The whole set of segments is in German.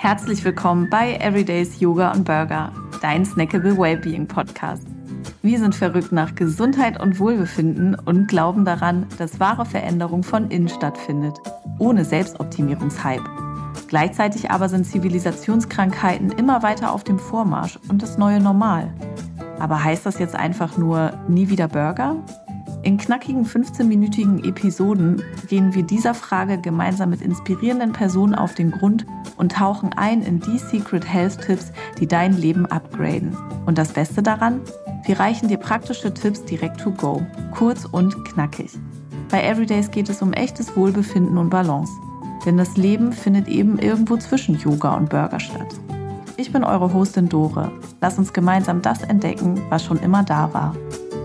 Herzlich willkommen bei Everydays Yoga und Burger, dein Snackable Wellbeing Podcast. Wir sind verrückt nach Gesundheit und Wohlbefinden und glauben daran, dass wahre Veränderung von innen stattfindet, ohne Selbstoptimierungshype. Gleichzeitig aber sind Zivilisationskrankheiten immer weiter auf dem Vormarsch und das neue Normal. Aber heißt das jetzt einfach nur nie wieder Burger? In knackigen 15-minütigen Episoden gehen wir dieser Frage gemeinsam mit inspirierenden Personen auf den Grund und tauchen ein in die Secret Health Tipps, die dein Leben upgraden. Und das Beste daran? Wir reichen dir praktische Tipps direkt to go, kurz und knackig. Bei Everydays geht es um echtes Wohlbefinden und Balance. Denn das Leben findet eben irgendwo zwischen Yoga und Burger statt. Ich bin eure Hostin Dore. Lass uns gemeinsam das entdecken, was schon immer da war.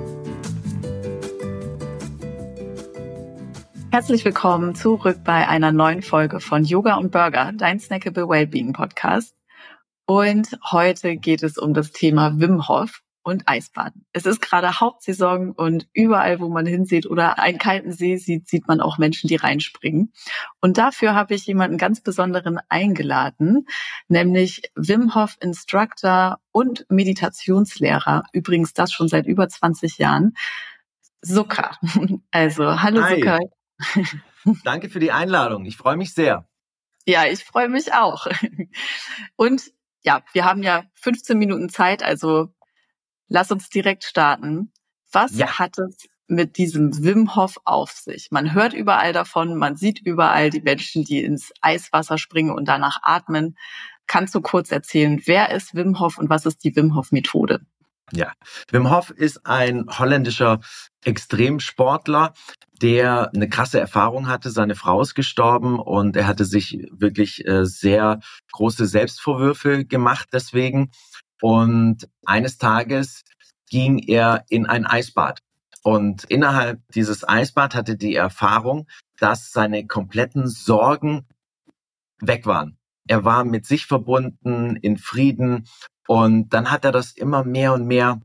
Herzlich willkommen zurück bei einer neuen Folge von Yoga und Burger, dein Snackable Wellbeing Podcast. Und heute geht es um das Thema Wim Hof und Eisbaden. Es ist gerade Hauptsaison und überall, wo man hinsieht oder einen kalten See sieht, sieht man auch Menschen, die reinspringen. Und dafür habe ich jemanden ganz Besonderen eingeladen, nämlich Wim Hof Instructor und Meditationslehrer. Übrigens das schon seit über 20 Jahren. Sukha. Also, hallo Sukha. Danke für die Einladung. Ich freue mich sehr. Ja, ich freue mich auch. Und ja, wir haben ja 15 Minuten Zeit, also lass uns direkt starten. Was hat es mit diesem Wim Hof auf sich? Man hört überall davon, man sieht überall die Menschen, die ins Eiswasser springen und danach atmen. Kannst du kurz erzählen, wer ist Wim Hof und was ist die Wim Hof Methode? Ja, Wim Hof ist ein holländischer Extremsportler, der eine krasse Erfahrung hatte. Seine Frau ist gestorben und er hatte sich wirklich sehr große Selbstvorwürfe gemacht deswegen. Und eines Tages ging er in ein Eisbad. Und innerhalb dieses Eisbad hatte die Erfahrung, dass seine kompletten Sorgen weg waren. Er war mit sich verbunden, in Frieden. Und dann hat er das immer mehr und mehr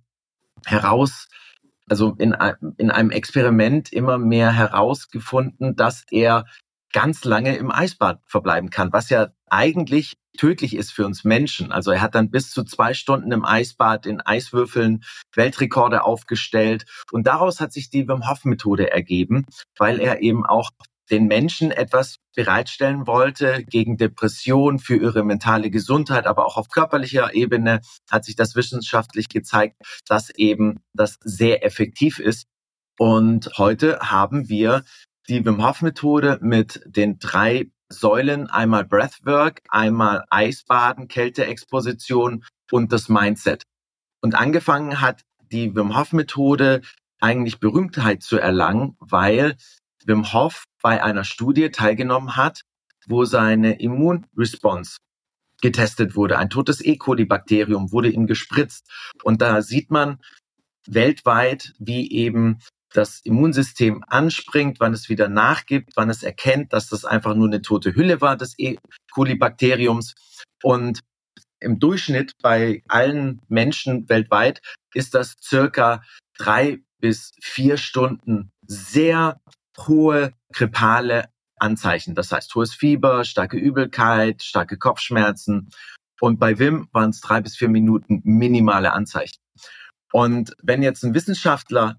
in einem Experiment immer mehr herausgefunden, dass er ganz lange im Eisbad verbleiben kann, was ja eigentlich tödlich ist für uns Menschen. Also er hat dann bis zu 2 Stunden im Eisbad in Eiswürfeln Weltrekorde aufgestellt. Und daraus hat sich die Wim Hof Methode ergeben, weil er eben auch den Menschen etwas bereitstellen wollte gegen Depression, für ihre mentale Gesundheit, aber auch auf körperlicher Ebene hat sich das wissenschaftlich gezeigt, dass eben das sehr effektiv ist. Und heute haben wir die Wim Hof Methode mit den 3 Säulen, einmal Breathwork, einmal Eisbaden, Kälteexposition und das Mindset. Und angefangen hat die Wim Hof Methode eigentlich Berühmtheit zu erlangen, weil Wim Hof bei einer Studie teilgenommen hat, wo seine Immunresponse getestet wurde. Ein totes E. coli-Bakterium wurde ihm gespritzt. Und da sieht man weltweit, wie eben das Immunsystem anspringt, wann es wieder nachgibt, wann es erkennt, dass das einfach nur eine tote Hülle war des E. coli-Bakteriums. Und im Durchschnitt bei allen Menschen weltweit ist das circa 3 bis 4 Stunden sehr hohe grippale Anzeichen. Das heißt hohes Fieber, starke Übelkeit, starke Kopfschmerzen. Und bei Wim waren es 3 bis 4 Minuten minimale Anzeichen. Und wenn jetzt ein Wissenschaftler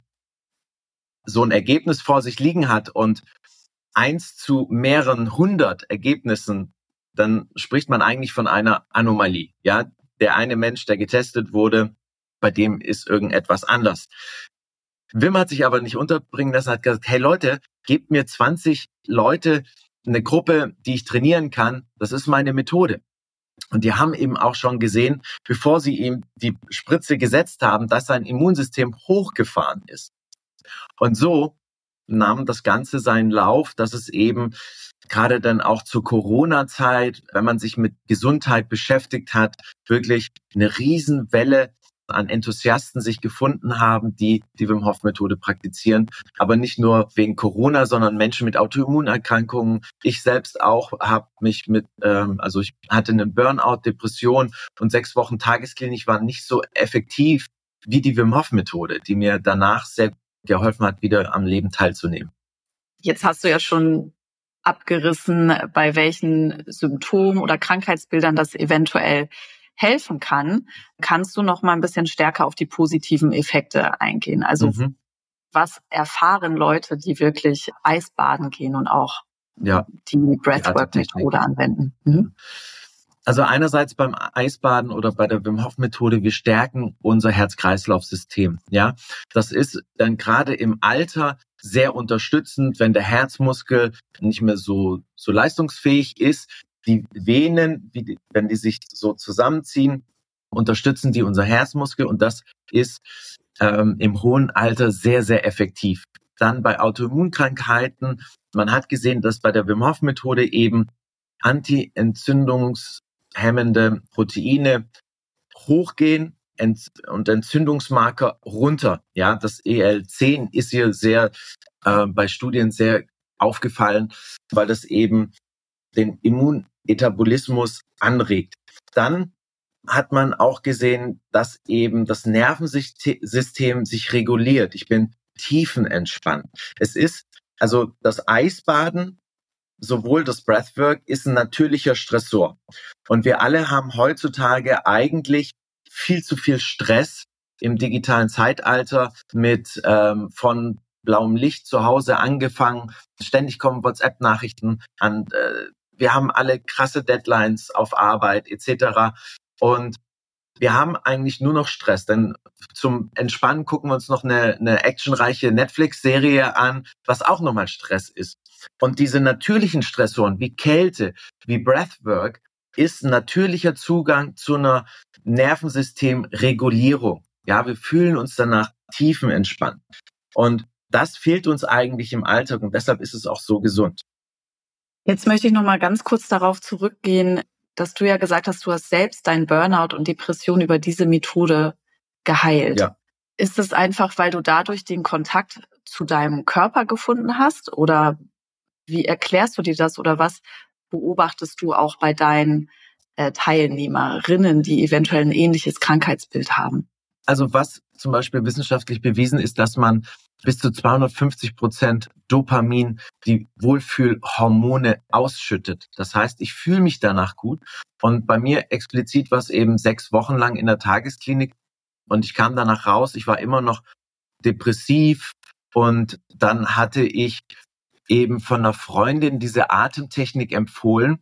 so ein Ergebnis vor sich liegen hat und 1 zu mehreren 100 Ergebnissen, dann spricht man eigentlich von einer Anomalie. Ja, der eine Mensch, der getestet wurde, bei dem ist irgendetwas anders. Wim hat sich aber nicht unterbringen lassen, hat gesagt, hey Leute, gebt mir 20 Leute, eine Gruppe, die ich trainieren kann. Das ist meine Methode. Und die haben eben auch schon gesehen, bevor sie ihm die Spritze gesetzt haben, dass sein Immunsystem hochgefahren ist. Und so nahm das Ganze seinen Lauf, dass es eben gerade dann auch zur Corona-Zeit, wenn man sich mit Gesundheit beschäftigt hat, wirklich eine Riesenwelle an Enthusiasten sich gefunden haben, die die Wim Hof Methode praktizieren. Aber nicht nur wegen Corona, sondern Menschen mit Autoimmunerkrankungen. Ich selbst auch habe mich ich hatte einen Burnout, Depression und 6 Wochen Tagesklinik waren nicht so effektiv wie die Wim Hof Methode, die mir danach sehr geholfen hat, wieder am Leben teilzunehmen. Jetzt hast du ja schon abgerissen, bei welchen Symptomen oder Krankheitsbildern das eventuell helfen kann. Kannst du noch mal ein bisschen stärker auf die positiven Effekte eingehen? Also was erfahren Leute, die wirklich Eisbaden gehen und auch die Breathwork-Methode anwenden? Also einerseits beim Eisbaden oder bei der Wim Hof Methode, wir stärken unser Herz-Kreislauf-System. Ja, das ist dann gerade im Alter sehr unterstützend, wenn der Herzmuskel nicht mehr so leistungsfähig ist. Die Venen, wenn die sich so zusammenziehen, unterstützen die unser Herzmuskel und das ist im hohen Alter sehr, sehr effektiv. Dann bei Autoimmunkrankheiten, man hat gesehen, dass bei der Wim Hof Methode eben anti-entzündungshemmende Proteine hochgehen und Entzündungsmarker runter. Ja, das EL10 ist hier sehr bei Studien sehr aufgefallen, weil das eben den Immunetabolismus anregt. Dann hat man auch gesehen, dass eben das Nervensystem sich reguliert. Ich bin tiefenentspannt. Es ist also das Eisbaden, sowohl das Breathwork ist ein natürlicher Stressor. Und wir alle haben heutzutage eigentlich viel zu viel Stress im digitalen Zeitalter mit von blauem Licht zu Hause angefangen. Ständig kommen WhatsApp-Nachrichten an. Wir haben alle krasse Deadlines auf Arbeit etc. Und wir haben eigentlich nur noch Stress, denn zum Entspannen gucken wir uns noch eine actionreiche Netflix-Serie an, was auch nochmal Stress ist. Und diese natürlichen Stressoren wie Kälte, wie Breathwork, ist ein natürlicher Zugang zu einer Nervensystemregulierung. Ja, wir fühlen uns danach tiefenentspannt. Und das fehlt uns eigentlich im Alltag und deshalb ist es auch so gesund. Jetzt möchte ich noch mal ganz kurz darauf zurückgehen, dass du ja gesagt hast, du hast selbst deinen Burnout und Depression über diese Methode geheilt. Ja. Ist es einfach, weil du dadurch den Kontakt zu deinem Körper gefunden hast? Oder wie erklärst du dir das? Oder was beobachtest du auch bei deinen Teilnehmerinnen, die eventuell ein ähnliches Krankheitsbild haben? Also was zum Beispiel wissenschaftlich bewiesen ist, dass man bis zu 250% Dopamin, die Wohlfühlhormone ausschüttet. Das heißt, ich fühle mich danach gut. Und bei mir explizit war es eben 6 Wochen lang in der Tagesklinik. Und ich kam danach raus, ich war immer noch depressiv. Und dann hatte ich eben von einer Freundin diese Atemtechnik empfohlen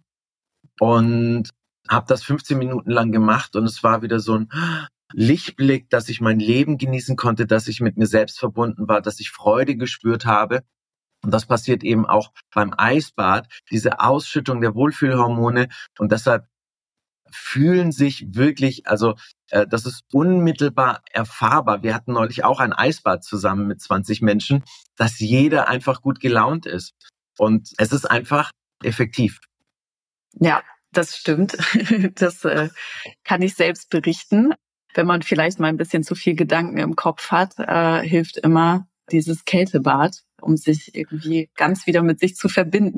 und habe das 15 Minuten lang gemacht. Und es war wieder so ein Lichtblick, dass ich mein Leben genießen konnte, dass ich mit mir selbst verbunden war, dass ich Freude gespürt habe. Und das passiert eben auch beim Eisbad, diese Ausschüttung der Wohlfühlhormone. Und deshalb fühlen sich wirklich, also das ist unmittelbar erfahrbar. Wir hatten neulich auch ein Eisbad zusammen mit 20 Menschen, dass jeder einfach gut gelaunt ist. Und es ist einfach effektiv. Ja, das stimmt. Das kann ich selbst berichten. Wenn man vielleicht mal ein bisschen zu viel Gedanken im Kopf hat, hilft immer dieses Kältebad, um sich irgendwie ganz wieder mit sich zu verbinden.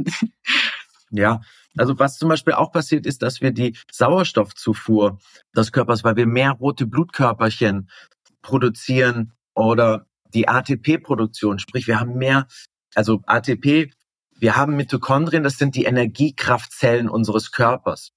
Ja, also was zum Beispiel auch passiert ist, dass wir die Sauerstoffzufuhr des Körpers, weil wir mehr rote Blutkörperchen produzieren oder die ATP-Produktion, sprich wir haben mehr, also ATP, wir haben Mitochondrien, das sind die Energiekraftzellen unseres Körpers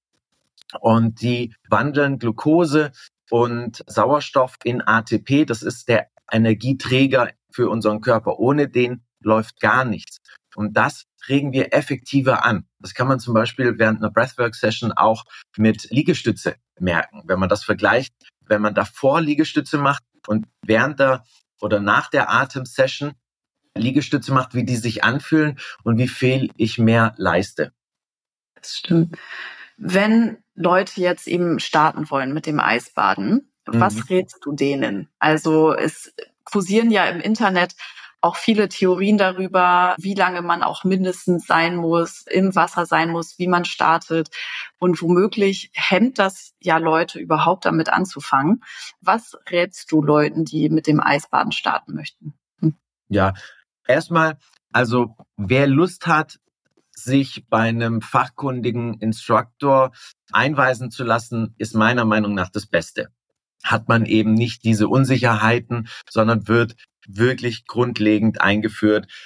und die wandeln Glucose und Sauerstoff in ATP, das ist der Energieträger für unseren Körper. Ohne den läuft gar nichts. Und das regen wir effektiver an. Das kann man zum Beispiel während einer Breathwork-Session auch mit Liegestütze merken. Wenn man das vergleicht, wenn man davor Liegestütze macht und während der oder nach der Atemsession Liegestütze macht, wie die sich anfühlen und wie viel ich mehr leiste. Das stimmt. Wenn Leute jetzt eben starten wollen mit dem Eisbaden, was rätst du denen? Also es kursieren ja im Internet auch viele Theorien darüber, wie lange man auch mindestens sein muss, im Wasser sein muss, wie man startet. Und womöglich hemmt das ja Leute überhaupt damit anzufangen. Was rätst du Leuten, die mit dem Eisbaden starten möchten? Ja, erstmal, also wer Lust hat, sich bei einem fachkundigen Instructor einweisen zu lassen, ist meiner Meinung nach das Beste. Hat man eben nicht diese Unsicherheiten, sondern wird wirklich grundlegend eingeführt.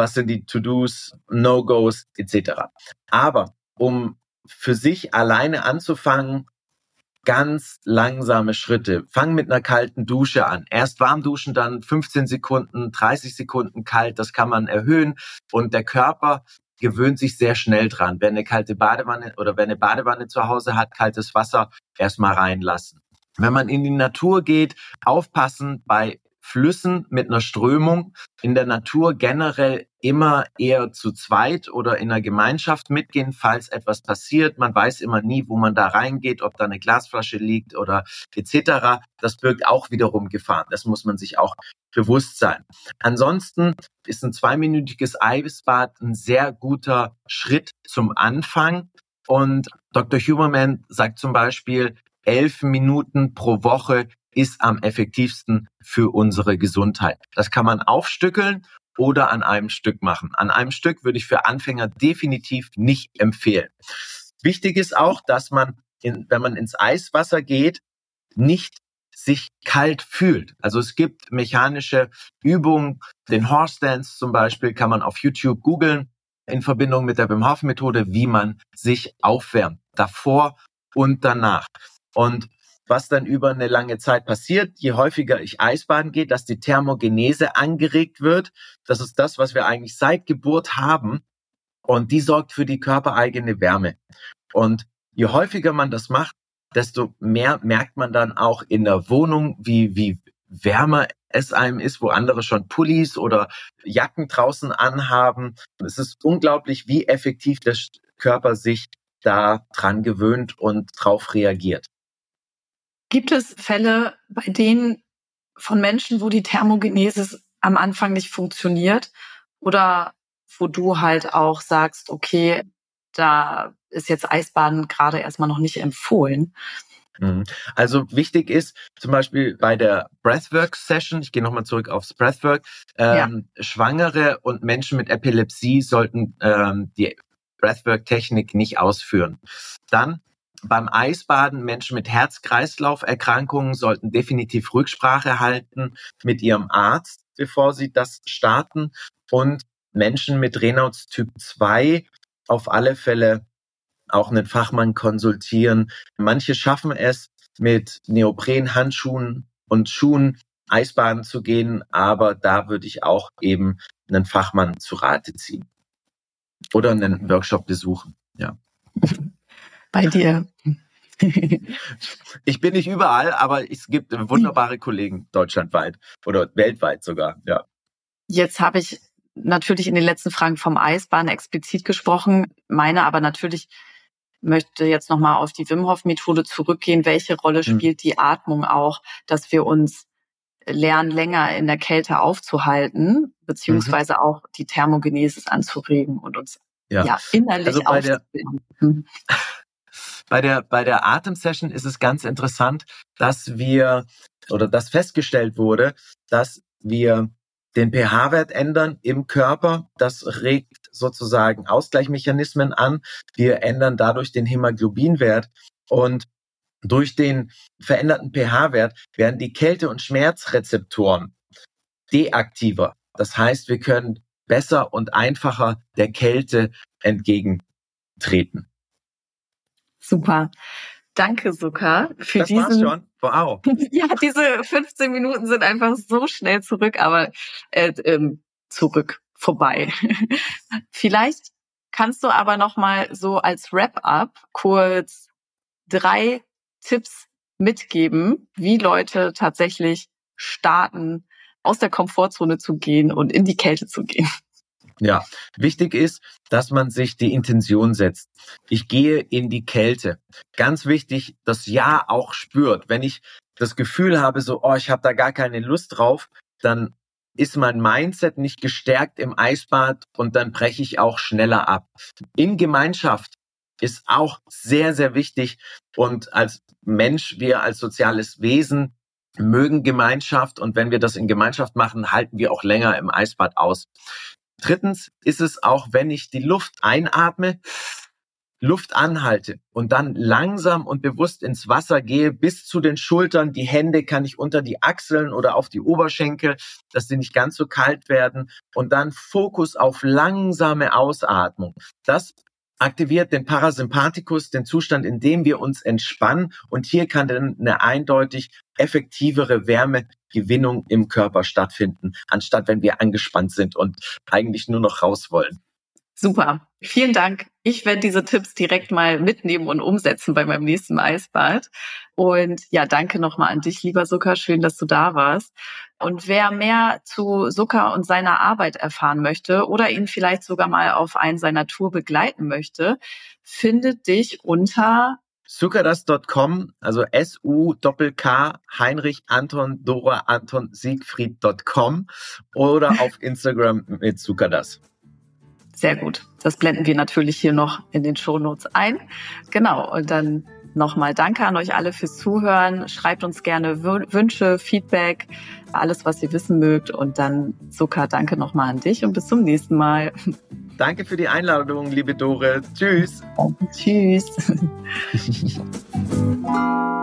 was sind die To-Dos, No-Gos etc. Aber um für sich alleine anzufangen, ganz langsame Schritte. Fang mit einer kalten Dusche an. Erst warm duschen, dann 15 Sekunden, 30 Sekunden kalt. Das kann man erhöhen. Und der Körper gewöhnt sich sehr schnell dran. Wer eine kalte Badewanne oder wer eine Badewanne zu Hause hat, kaltes Wasser erstmal reinlassen. Wenn man in die Natur geht, aufpassen bei Flüssen mit einer Strömung. In der Natur generell immer eher zu zweit oder in einer Gemeinschaft mitgehen, falls etwas passiert. Man weiß immer nie, wo man da reingeht, ob da eine Glasflasche liegt oder etc. Das birgt auch wiederum Gefahren. Das muss man sich auch bewusst sein. Ansonsten ist ein 2-minütiges Eisbad ein sehr guter Schritt zum Anfang. Und Dr. Huberman sagt zum Beispiel, 11 Minuten pro Woche ist am effektivsten für unsere Gesundheit. Das kann man aufstückeln oder an einem Stück machen. An einem Stück würde ich für Anfänger definitiv nicht empfehlen. Wichtig ist auch, dass man, wenn man ins Eiswasser geht, nicht sich kalt fühlt. Also es gibt mechanische Übungen, den Horse Dance zum Beispiel, kann man auf YouTube googeln, in Verbindung mit der Wim Hof Methode, wie man sich aufwärmt, davor und danach. Und was dann über eine lange Zeit passiert, je häufiger ich Eisbaden gehe, dass die Thermogenese angeregt wird. Das ist das, was wir eigentlich seit Geburt haben. Und die sorgt für die körpereigene Wärme. Und je häufiger man das macht, desto mehr merkt man dann auch in der Wohnung, wie wärmer es einem ist, wo andere schon Pullis oder Jacken draußen anhaben. Es ist unglaublich, wie effektiv der Körper sich da dran gewöhnt und drauf reagiert. Gibt es Fälle, bei denen von Menschen, wo die Thermogenesis am Anfang nicht funktioniert oder wo du halt auch sagst, okay, da ist jetzt Eisbaden gerade erstmal noch nicht empfohlen? Also wichtig ist zum Beispiel bei der Breathwork-Session, ich gehe nochmal zurück aufs Breathwork, Schwangere und Menschen mit Epilepsie sollten die Breathwork-Technik nicht ausführen. Dann beim Eisbaden, Menschen mit Herz-Kreislauf-Erkrankungen sollten definitiv Rücksprache halten mit ihrem Arzt, bevor sie das starten. Und Menschen mit Raynaud's Typ 2 auf alle Fälle auch einen Fachmann konsultieren. Manche schaffen es, mit Neoprenhandschuhen und Schuhen Eisbaden zu gehen, aber da würde ich auch eben einen Fachmann zu Rate ziehen. Oder einen Workshop besuchen, ja. Bei dir. Ich bin nicht überall, aber es gibt wunderbare Kollegen deutschlandweit oder weltweit sogar, ja. Jetzt habe ich natürlich in den letzten Fragen vom Eisbaden explizit gesprochen, meine aber natürlich möchte jetzt nochmal auf die Wim Hof Methode zurückgehen. Welche Rolle spielt die Atmung auch, dass wir uns lernen, länger in der Kälte aufzuhalten, beziehungsweise auch die Thermogenesis anzuregen und uns innerlich also aufzuwärmen? Bei der Atemsession ist es ganz interessant, dass festgestellt wurde, dass wir den pH-Wert ändern im Körper. Das regt sozusagen Ausgleichsmechanismen an. Wir ändern dadurch den Hämoglobinwert und durch den veränderten pH-Wert werden die Kälte- und Schmerzrezeptoren deaktiver. Das heißt, wir können besser und einfacher der Kälte entgegentreten. Super. Danke, Suka, für das war's schon. Wow. Ja, diese 15 Minuten sind einfach so schnell vorbei. Vielleicht kannst du aber noch mal so als Wrap-up kurz 3 Tipps mitgeben, wie Leute tatsächlich starten, aus der Komfortzone zu gehen und in die Kälte zu gehen. Ja, wichtig ist, dass man sich die Intention setzt. Ich gehe in die Kälte. Ganz wichtig, das Ja auch spürt. Wenn ich das Gefühl habe, ich habe da gar keine Lust drauf, dann ist mein Mindset nicht gestärkt im Eisbad und dann breche ich auch schneller ab. In Gemeinschaft ist auch sehr, sehr wichtig und als Mensch, wir als soziales Wesen mögen Gemeinschaft und wenn wir das in Gemeinschaft machen, halten wir auch länger im Eisbad aus. Drittens ist es auch, wenn ich die Luft einatme, Luft anhalte und dann langsam und bewusst ins Wasser gehe, bis zu den Schultern. Die Hände kann ich unter die Achseln oder auf die Oberschenkel, dass sie nicht ganz so kalt werden. Und dann Fokus auf langsame Ausatmung. Das aktiviert den Parasympathikus, den Zustand, in dem wir uns entspannen. Und hier kann dann eine eindeutig effektivere Wärmegewinnung im Körper stattfinden, anstatt wenn wir angespannt sind und eigentlich nur noch raus wollen. Super, vielen Dank. Ich werde diese Tipps direkt mal mitnehmen und umsetzen bei meinem nächsten Eisbad. Und ja, danke nochmal an dich, lieber Sukar. Schön, dass du da warst. Und wer mehr zu Sukar und seiner Arbeit erfahren möchte oder ihn vielleicht sogar mal auf einen seiner Tour begleiten möchte, findet dich unter Sukadas.com, also SUKK Heinrich Anton Dora Anton Siegfried.com oder auf Instagram mit Sukadas. Sehr gut. Das blenden wir natürlich hier noch in den Shownotes ein. Genau. Und dann nochmal danke an euch alle fürs Zuhören. Schreibt uns gerne Wünsche, Feedback, alles, was ihr wissen mögt. Und dann, Sukar, danke nochmal an dich und bis zum nächsten Mal. Danke für die Einladung, liebe Dore. Tschüss. Tschüss.